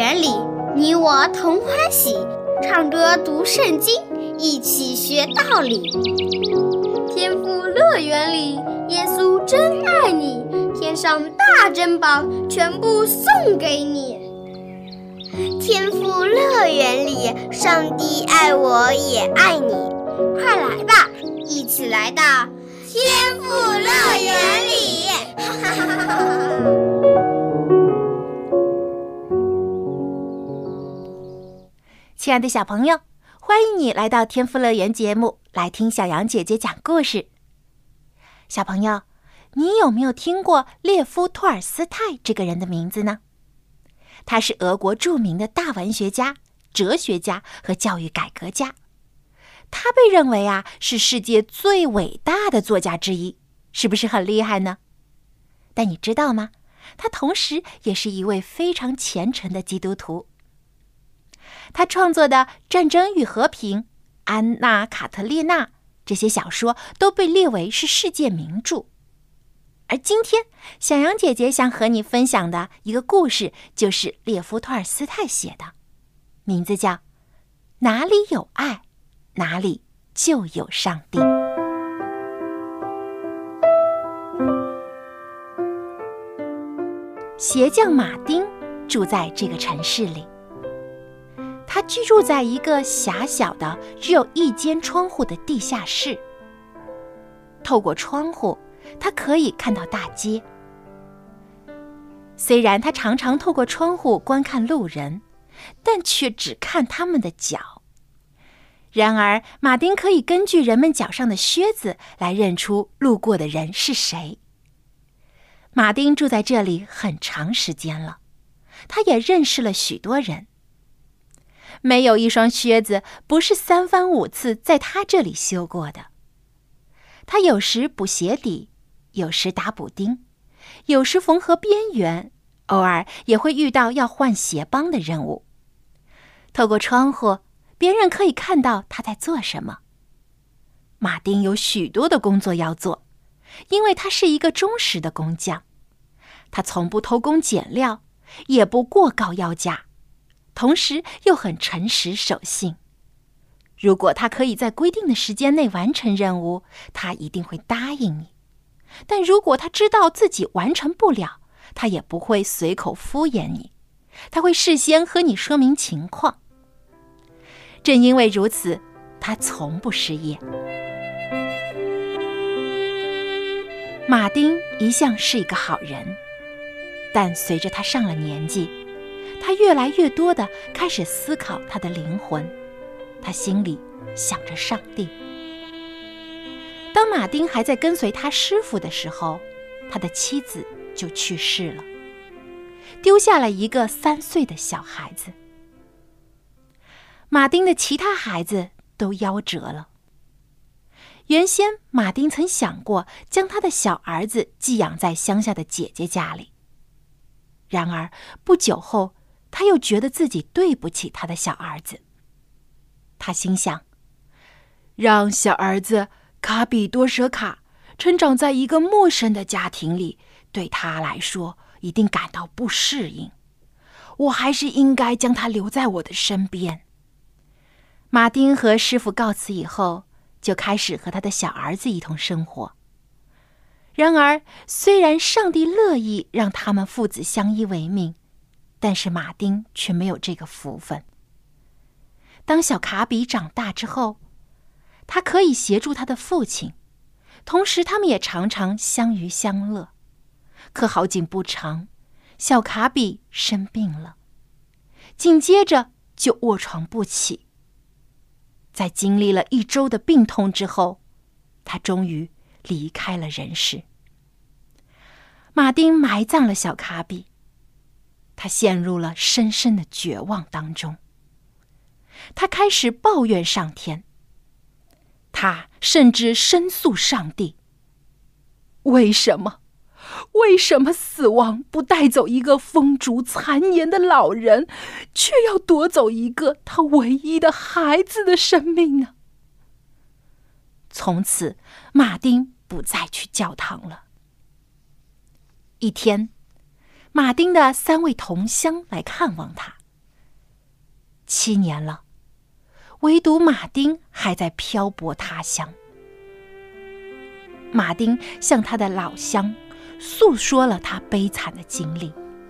园里，你我同欢喜，唱歌读圣经，一起学道理。天父乐园里，耶稣真爱你，天上大珍宝全部送给你。 天父乐园里，上帝爱我也爱你， 快来吧，一起来到天父乐园里。 亲爱的小朋友，欢迎你来到天父乐园节目，来听小羊姐姐讲故事。小朋友，你有没有听过列夫·托尔斯泰这个人的名字呢？他是俄国著名的大文学家、哲学家和教育改革家。他被认为是世界最伟大的作家之一，是不是很厉害呢？但你知道吗？他同时也是一位非常虔诚的基督徒。他创作的《战争与和平》、《安娜·卡特丽娜》这些小说都被列为是世界名著。而今天，小羊姐姐想和你分享的一个故事，就是列夫·托尔斯泰写的，名字叫《哪里有爱，哪里就有上帝》。鞋匠马丁住在这个城市里。他居住在一个狭小的只有一间窗户的地下室。透过窗户，他可以看到大街。虽然他常常透过窗户观看路人，但却只看他们的脚。然而，马丁可以根据人们脚上的靴子来认出路过的人是谁。马丁住在这里很长时间了，他也认识了许多人。没有一双靴子不是3番5次在他这里修过的。他有时补鞋底，有时打补丁，有时缝合边缘，偶尔也会遇到要换鞋帮的任务。透过窗户，别人可以看到他在做什么。马丁有许多的工作要做，因为他是一个忠实的工匠。他从不偷工减料，也不过高要价，同时又很诚实守信。如果他可以在规定的时间内完成任务，他一定会答应你。但如果他知道自己完成不了，他也不会随口敷衍你，他会事先和你说明情况。正因为如此，他从不失业。马丁一向是一个好人，但随着他上了年纪，他越来越多地开始思考他的灵魂，他心里想着上帝。当马丁还在跟随他师傅的时候，他的妻子就去世了，丢下了一个3岁的小孩子。马丁的其他孩子都夭折了。原先马丁曾想过将他的小儿子寄养在乡下的姐姐家里，然而不久后，他又觉得自己对不起他的小儿子。他心想，让小儿子卡比多舍卡成长在一个陌生的家庭里，对他来说一定感到不适应。我还是应该将他留在我的身边。马丁和师傅告辞以后，就开始和他的小儿子一同生活。然而，虽然上帝乐意让他们父子相依为命，但是马丁却没有这个福分。当小卡比长大之后，他可以协助他的父亲，同时他们也常常相娱相乐。可好景不长，小卡比生病了，紧接着就卧床不起。在经历了1周的病痛之后，他终于离开了人世。马丁埋葬了小卡比，他陷入了深深的绝望当中。他开始抱怨上天，他甚至申诉上帝：为什么死亡不带走一个风烛残年的老人，却要夺走一个他唯一的孩子的生命呢？从此，马丁不再去教堂了。一天，马丁的3位同乡来看望他， 7年了，唯独马丁还在漂泊他乡。马丁向他的老乡诉说了他悲惨的经历。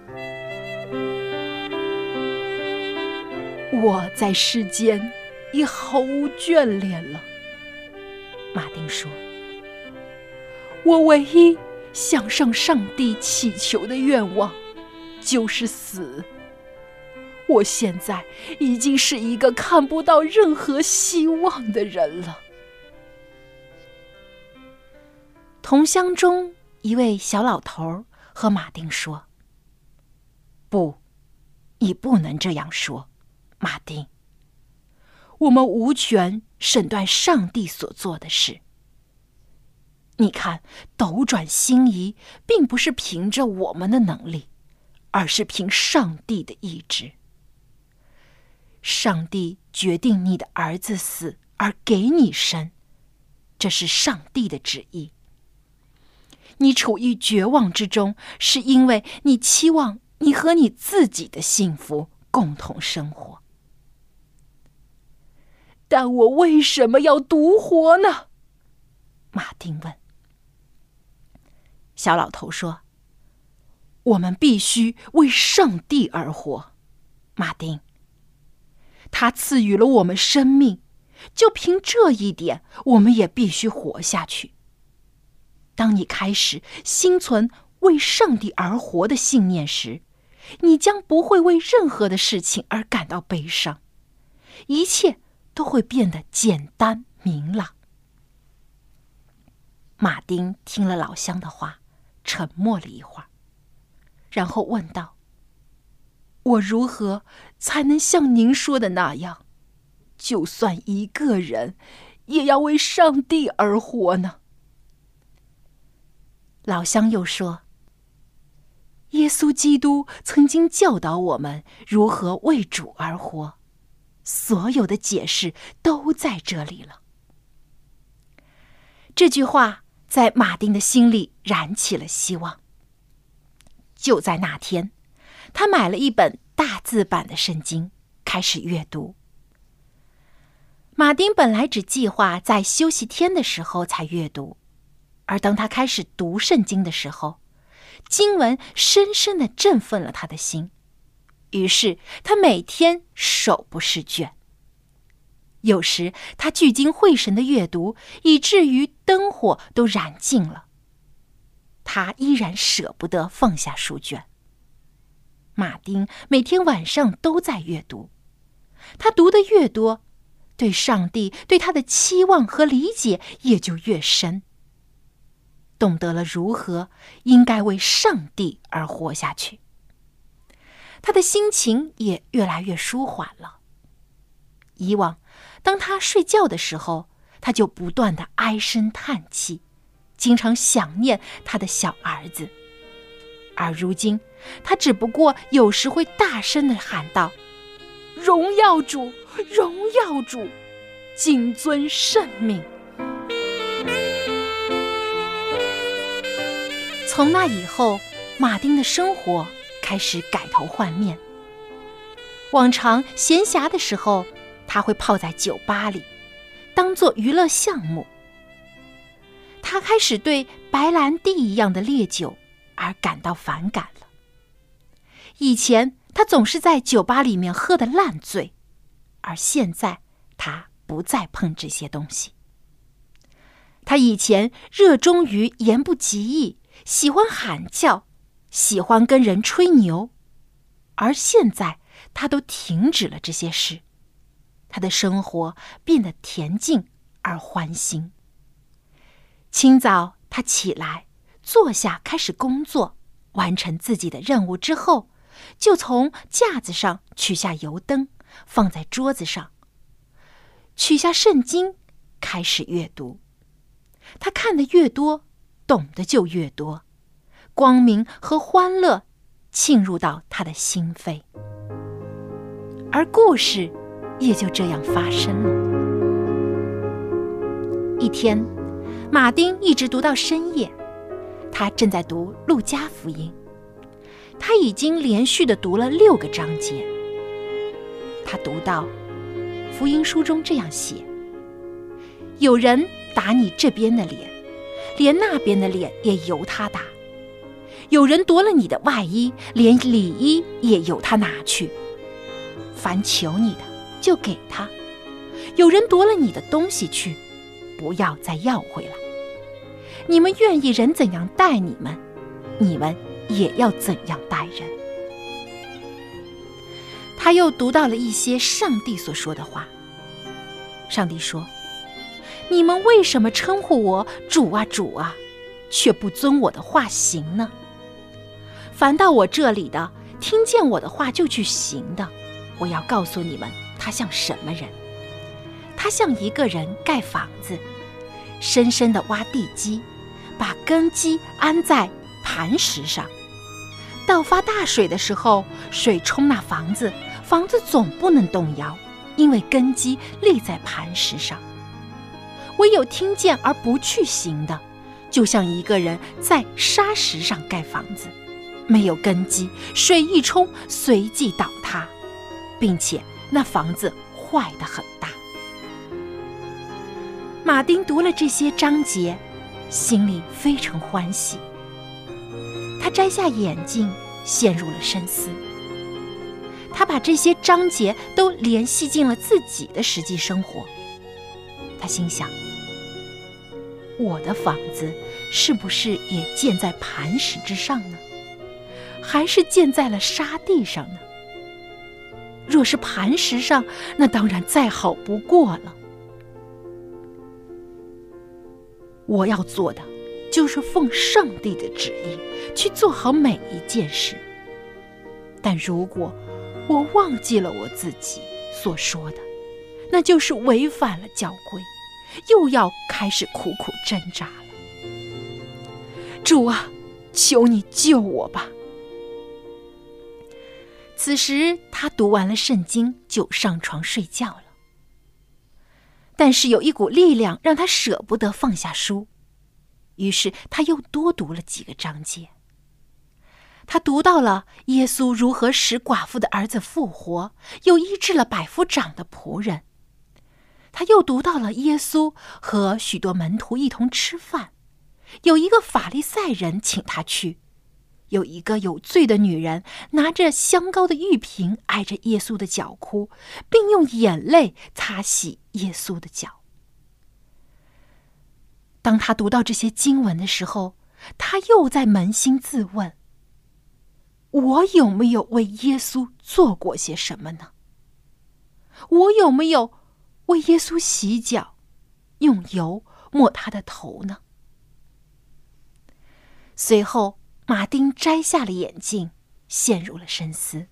我在世间已毫无眷恋了，马丁说，我唯一想向上帝祈求的愿望就是死。我现在已经是一个看不到任何希望的人了。同乡中一位小老头和马丁说，不，你不能这样说，马丁。我们无权审断上帝所做的事。你看，斗转星移并不是凭着我们的能力，而是凭上帝的意志。上帝决定你的儿子死而给你生，这是上帝的旨意。你处于绝望之中，是因为你期望你和你自己的幸福共同生活。但我为什么要独活呢？马丁问。小老头说，我们必须为上帝而活，马丁。他赐予了我们生命，就凭这一点，我们也必须活下去。当你开始心存为上帝而活的信念时，你将不会为任何的事情而感到悲伤，一切都会变得简单明朗。马丁听了老乡的话，沉默了一会儿，然后问道，我如何才能像您说的那样，就算一个人也要为上帝而活呢？老乡又说，耶稣基督曾经教导我们如何为主而活，所有的解释都在这里了。这句话在马丁的心里燃起了希望。就在那天，他买了一本大字版的圣经，开始阅读。马丁本来只计划在休息天的时候才阅读，而当他开始读圣经的时候，经文深深地振奋了他的心，于是他每天手不释卷。有时他聚精会神的阅读，以至于灯火都燃尽了，他依然舍不得放下书卷。马丁每天晚上都在阅读，他读得越多，对上帝对他的期望和理解也就越深，懂得了如何应该为上帝而活下去。他的心情也越来越舒缓了。以往当他睡觉的时候，他就不断地唉声叹气，经常想念他的小儿子。而如今他只不过有时会大声地喊道，荣耀主，荣耀主，谨遵圣命。从那以后，马丁的生活开始改头换面。往常闲暇的时候，他会泡在酒吧里，当作娱乐项目。他开始对白兰地一样的烈酒而感到反感了。以前他总是在酒吧里面喝得烂醉，而现在他不再碰这些东西。他以前热衷于言不及义，喜欢喊叫，喜欢跟人吹牛，而现在他都停止了这些事。他的生活变得恬静而欢欣。清早他起来，坐下开始工作，完成自己的任务之后，就从架子上取下油灯，放在桌子上，取下圣经，开始阅读。他看得越多，懂得就越多，光明和欢乐沁入到他的心扉，而故事也就这样发生了。一天，马丁一直读到深夜，他正在读路加福音，他已经连续地读了6个章节。 他读到福音书中这样写：有人打你这边的脸，连那边的脸也由他打；有人夺了你的外衣，连里衣也由他拿去。凡求你的，就给他；有人夺了你的东西去，不要再要回来。你们愿意人怎样待你们，你们也要怎样待人。他又读到了一些上帝所说的话。上帝说：你们为什么称呼我主啊主啊，却不遵我的话行呢？凡到我这里的，听见我的话就去行的，我要告诉你们，他像什么人？他像一个人盖房子，深深地挖地基，把根基安在磐石上。到发大水的时候，水冲那房子，房子总不能动摇，因为根基立在磐石上。唯有听见而不去行的，就像一个人在沙石上盖房子，没有根基，水一冲，随即倒塌，并且那房子坏得很大。马丁读了这些章节，心里非常欢喜。他摘下眼镜，陷入了深思。他把这些章节都联系进了自己的实际生活。他心想，我的房子是不是也建在磐石之上呢？还是建在了沙地上呢？若是磐石上，那当然再好不过了。我要做的就是奉上帝的旨意去做好每一件事。但如果我忘记了我自己所说的，那就是违反了教规，又要开始苦苦挣扎了。主啊，求你救我吧。此时他读完了圣经，就上床睡觉了。但是有一股力量让他舍不得放下书，于是他又多读了几个章节。他读到了耶稣如何使寡妇的儿子复活，又医治了百夫长的仆人。他又读到了耶稣和许多门徒一同吃饭，有一个法利赛人请他去，有一个有罪的女人拿着香膏的玉瓶挨着耶稣的脚哭，并用眼泪擦洗耶稣的脚。当他读到这些经文的时候，他又在扪心自问，我有没有为耶稣做过些什么呢？我有没有为耶稣洗脚，用油抹他的头呢？随后马丁摘下了眼镜，陷入了深思。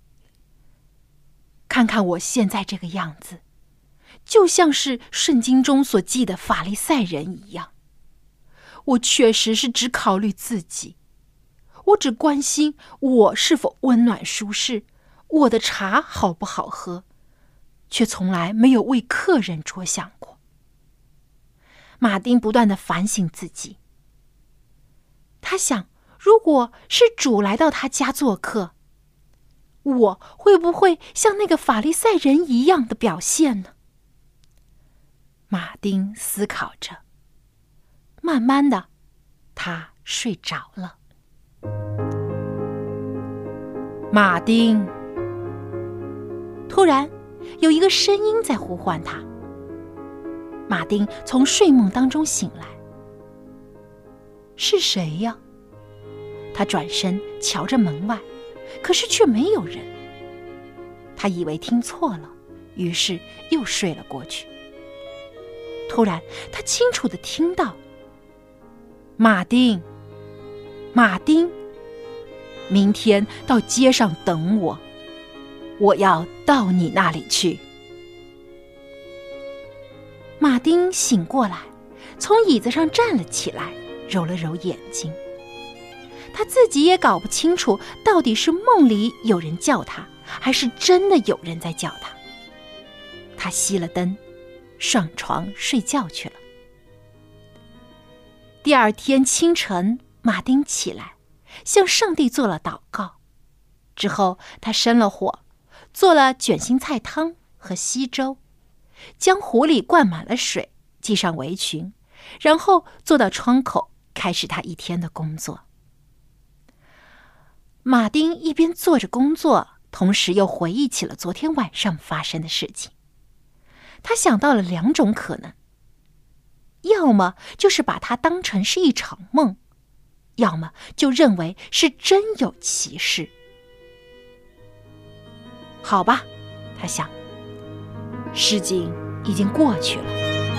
看看我现在这个样子，就像是圣经中所记的法利赛人一样。我确实是只考虑自己，我只关心我是否温暖舒适，我的茶好不好喝，却从来没有为客人着想过。马丁不断地反省自己，他想，如果是主来到他家做客，我会不会像那个法利赛人一样的表现呢？马丁思考着，慢慢的，他睡着了。马丁，突然有一个声音在呼唤他。马丁从睡梦当中醒来，是谁呀？他转身瞧着门外，可是却没有人。他以为听错了，于是又睡了过去。突然他清楚地听到，马丁，马丁，明天到街上等我，我要到你那里去。马丁醒过来，从椅子上站了起来，揉了揉眼睛。他自己也搞不清楚，到底是梦里有人叫他，还是真的有人在叫他。他熄了灯，上床睡觉去了。第二天清晨，马丁起来，向上帝做了祷告。之后他生了火， 做了卷心菜汤和稀粥，将壶里灌满了水，系上围裙，然后坐到窗口，开始他一天的工作。马丁一边做着工作，同时又回忆起了昨天晚上发生的事情。他想到了2种可能，要么就是把它当成是一场梦，要么就认为是真有其事。好吧，他想，事情已经过去了。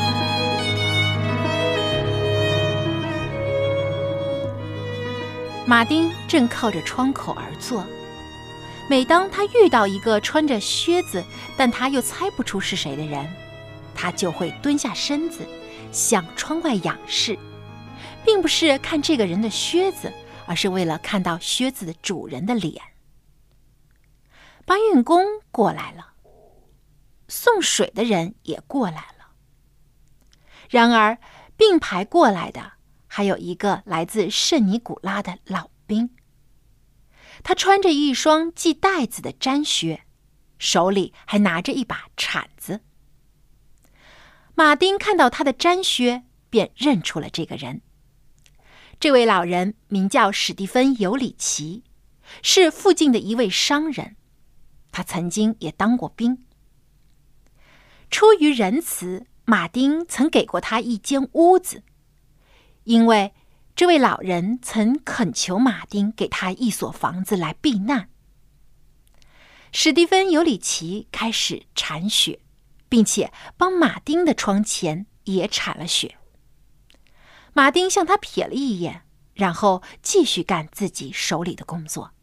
马丁正靠着窗口而坐，每当他遇到一个穿着靴子但他又猜不出是谁的人，他就会蹲下身子向窗外仰视，并不是看这个人的靴子，而是为了看到靴子的主人的脸。搬运工过来了，送水的人也过来了。然而并排过来的还有一个来自圣尼古拉的老兵，他穿着一双系带子的毡靴，手里还拿着一把铲子。马丁看到他的毡靴，便认出了这个人。这位老人名叫史蒂芬·尤里奇，是附近的一位商人，他曾经也当过兵。出于仁慈，马丁曾给过他一间屋子，因为这位老人曾恳求马丁给他一所房子来避难。史蒂芬·尤里奇开始铲雪，并且帮马丁的窗前也铲了雪。马丁向他瞥了一眼，然后继续干自己手里的工作。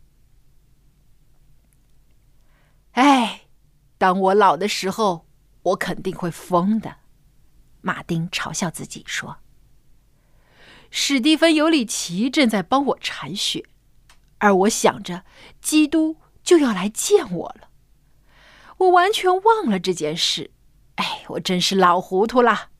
哎，当我老的时候，我肯定会疯的，马丁嘲笑自己说。史蒂芬·尤里奇正在帮我铲雪，而我想着基督就要来见我了。我完全忘了这件事，哎，我真是老糊涂了。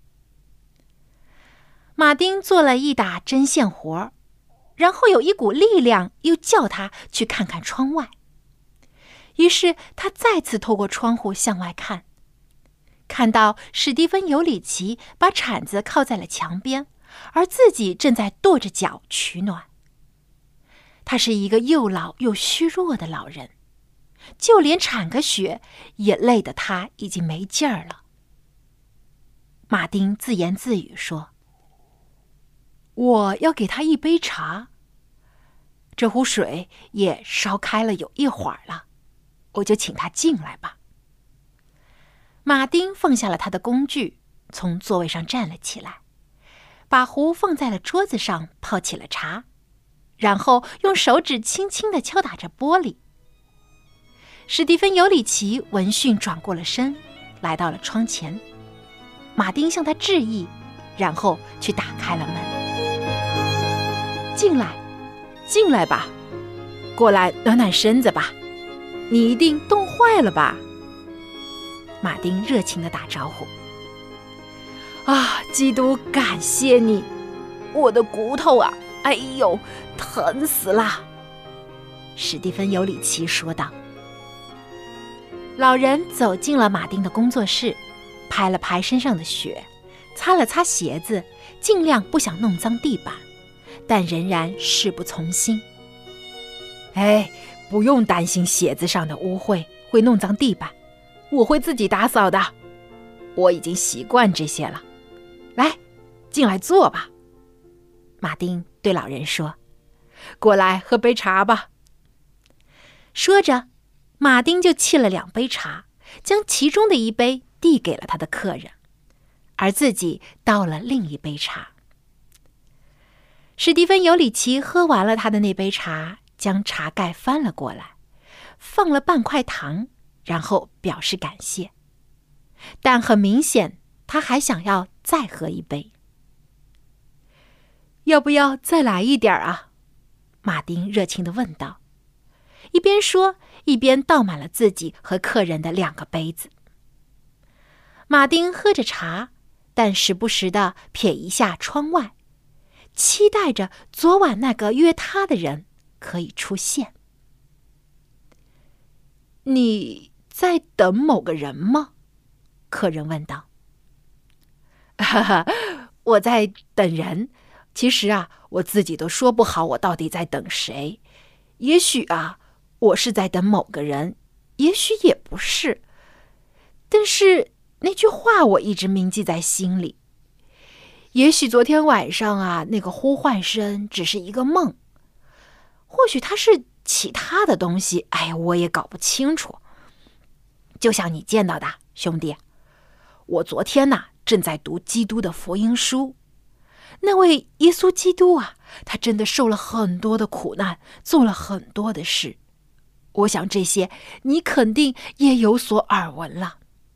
马丁做了一打针线活，然后有一股力量又叫他去看看窗外。于是他再次透过窗户向外看，看到史蒂芬·尤里奇把铲子靠在了墙边，而自己正在跺着脚取暖。他是一个又老又虚弱的老人，就连铲个雪也累得他已经没劲儿了。马丁自言自语说：“我要给他一杯茶。这壶水也烧开了有一会儿了，我就请他进来吧。”马丁放下了他的工具，从座位上站了起来，把壶放在了桌子上，泡起了茶，然后用手指轻轻地敲打着玻璃。史蒂芬·尤里奇闻讯转过了身，来到了窗前。马丁向他致意，然后去打开了门。进来，进来吧，过来暖暖身子吧，你一定冻坏了吧？马丁热情地打招呼。啊，基督，感谢你！我的骨头啊，哎呦，疼死了！史蒂芬·尤里奇说道。老人走进了马丁的工作室，拍了拍身上的雪，擦了擦鞋子，尽量不想弄脏地板，但仍然事不从心。哎，不用担心鞋子上的污秽会弄脏地板，我会自己打扫的，我已经习惯这些了。来，进来坐吧。马丁对老人说，过来喝杯茶吧。说着，马丁就沏了2杯茶，将其中的一杯递给了他的客人，而自己倒了另一杯茶。史蒂芬·尤里奇喝完了他的那杯茶，将茶盖翻了过来，放了半块糖，然后表示感谢。但很明显，他还想要再喝一杯。要不要再来一点啊？马丁热情地问道，一边说，一边倒满了自己和客人的2个杯子。马丁喝着茶，但时不时地瞥一下窗外，期待着昨晚那个约他的人可以出现。你在等某个人吗？客人问道。哈哈，我在等人。其实啊，我自己都说不好我到底在等谁。也许啊，我是在等某个人，也许也不是。但是那句话我一直铭记在心里。也许昨天晚上啊，那个呼唤声只是一个梦，或许它是其他的东西，我也搞不清楚。就像你见到的，兄弟，我昨天呢，正在读基督的福音书。那位耶稣基督啊，他真的受了很多的苦难，做了很多的事。我想这些你肯定也有所耳闻了。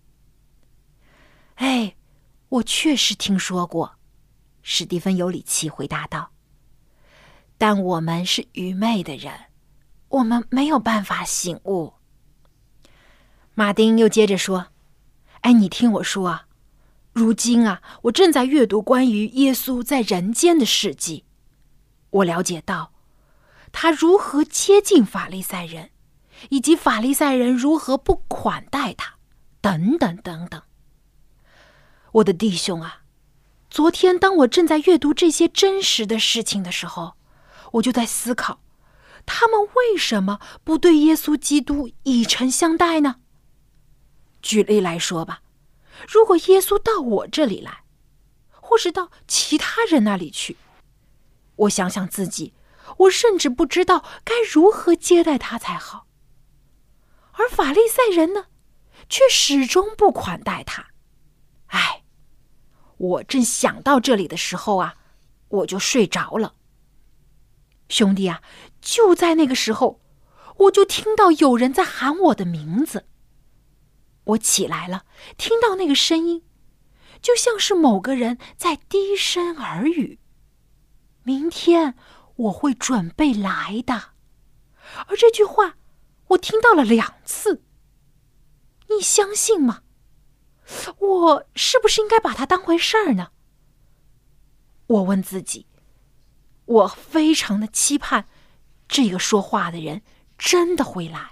我确实听说过，史蒂芬·尤里奇回答道。但我们是愚昧的人，我们没有办法醒悟。马丁又接着说，你听我说啊，如今啊，我正在阅读关于耶稣在人间的事迹。我了解到他如何接近法利赛人，以及法利赛人如何不款待他，等等等等。我的弟兄啊，昨天当我正在阅读这些真实的事情的时候，我就在思考，他们为什么不对耶稣基督以诚相待呢？举例来说吧，如果耶稣到我这里来，或是到其他人那里去，我想想自己，我甚至不知道该如何接待他才好。而法利赛人呢，却始终不款待他。我正想到这里的时候啊，我就睡着了。兄弟啊，就在那个时候，我就听到有人在喊我的名字。我起来了，听到那个声音，就像是某个人在低声耳语。明天我会准备来的。而这句话，我听到了2次。你相信吗？我是不是应该把它当回事儿呢？我问自己，我非常的期盼这个说话的人真的会来。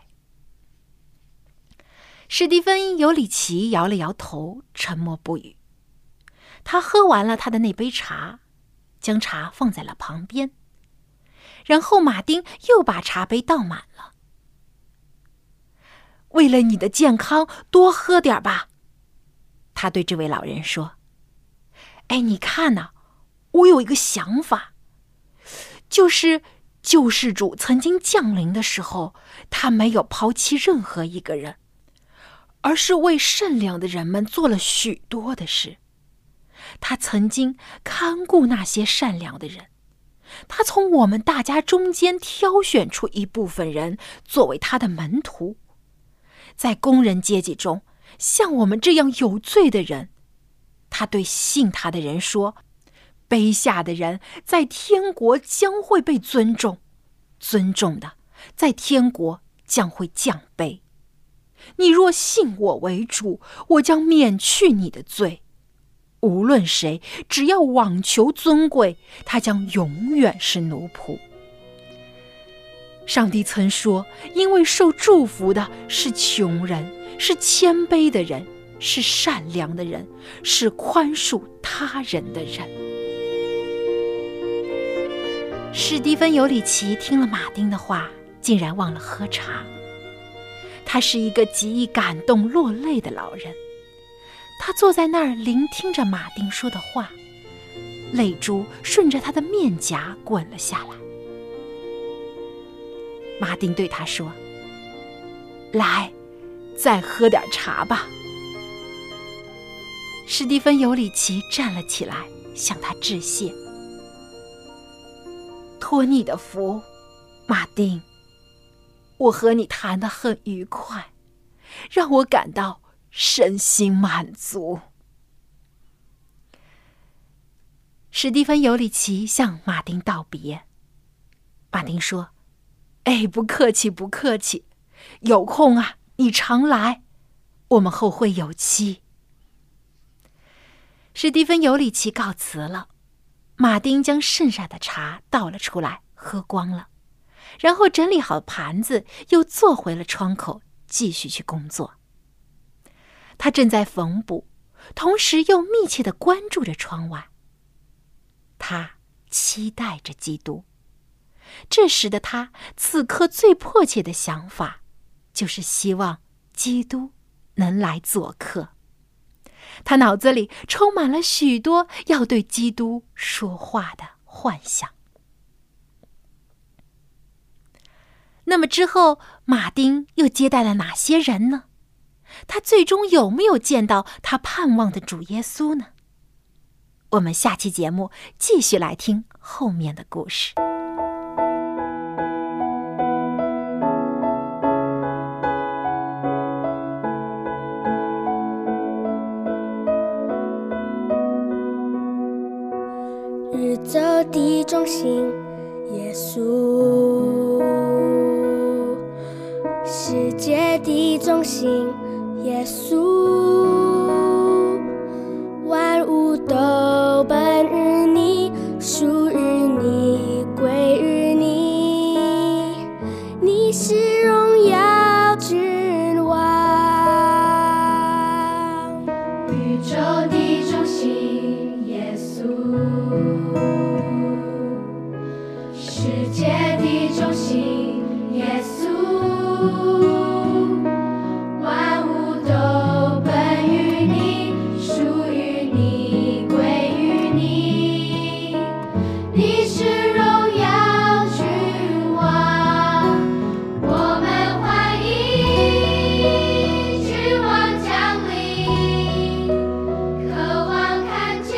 史蒂芬·尤里奇摇了摇头，沉默不语。他喝完了他的那杯茶，将茶放在了旁边。然后马丁又把茶杯倒满了。为了你的健康，多喝点吧。他对这位老人说，你看呐，我有一个想法，就是救世主曾经降临的时候，他没有抛弃任何一个人，而是为善良的人们做了许多的事。他曾经看顾那些善良的人，他从我们大家中间挑选出一部分人作为他的门徒。在工人阶级中，像我们这样有罪的人，他对信他的人说，卑下的人在天国将会被尊重，尊重的在天国将会降卑。你若信我为主，我将免去你的罪。无论谁，只要妄求尊贵，他将永远是奴仆。上帝曾说，因为受祝福的是穷人，是谦卑的人，是善良的人，是宽恕他人的人。史蒂芬·尤里奇听了马丁的话，竟然忘了喝茶。他是一个极易感动落泪的老人，他坐在那儿聆听着马丁说的话，泪珠顺着他的面颊滚了下来。马丁对他说，来，再喝点茶吧。史蒂芬·尤里奇站了起来，向他致谢。托你的福，马丁，我和你谈得很愉快，让我感到身心满足。史蒂芬·尤里奇向马丁道别。马丁说，不客气不客气，有空啊你常来，我们后会有期。史蒂芬·尤里奇告辞了，马丁将剩下的茶倒了出来，喝光了，然后整理好盘子，又坐回了窗口，继续去工作。 他正在缝补，同时又密切地关注着窗外。他期待着基督。这时的他，此刻最迫切的想法，就是希望基督能来做客。他脑子里充满了许多要对基督说话的幻想。那么之后，马丁又接待了哪些人呢？他最终有没有见到他盼望的主耶稣呢？我们下期节目继续来听后面的故事。 宇宙的中心，耶稣；世界的中心，耶稣。万物都本于你，属于你，归于你。你是荣耀君王。宇宙的中心，耶稣。世界的中心，耶稣。万物都本于你，属于你，归于你。你是荣耀君王，我们欢迎君王降临，渴望看见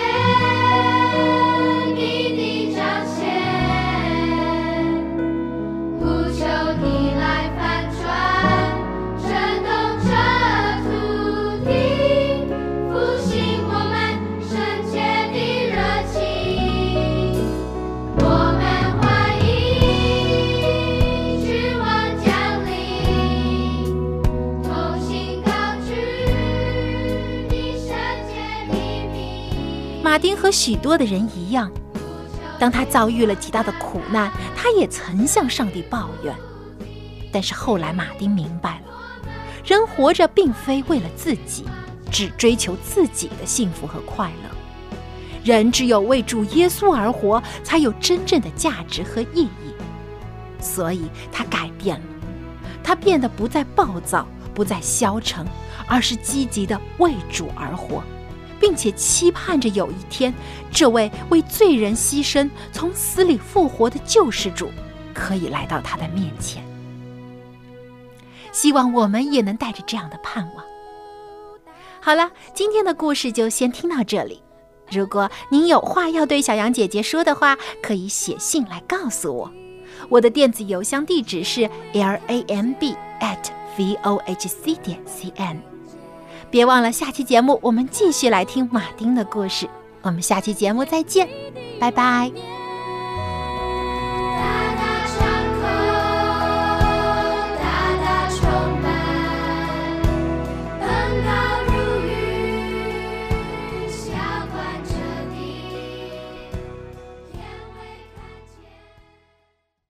你的彰显，呼求你来翻转，震动这土地，复兴我们深切的热情。我们欢迎君王降临，同心高举你圣洁的名。 马丁和许多的人一样，当他遭遇了极大的苦难，他也曾向上帝抱怨。但是后来马丁明白了，人活着并非为了自己，只追求自己的幸福和快乐。人只有为主耶稣而活，才有真正的价值和意义。所以他改变了，他变得不再暴躁，不再消沉，而是积极地为主而活，并且期盼着有一天，这位为罪人牺牲、从死里复活的救世主可以来到他的面前。希望我们也能带着这样的盼望。好了，今天的故事就先听到这里。如果您有话要对小羊姐姐说的话，可以写信来告诉我。我的电子邮箱地址是 lamb@vohc.cn。别忘了下期节目我们继续来听马丁的故事。我们下期节目再见，拜拜。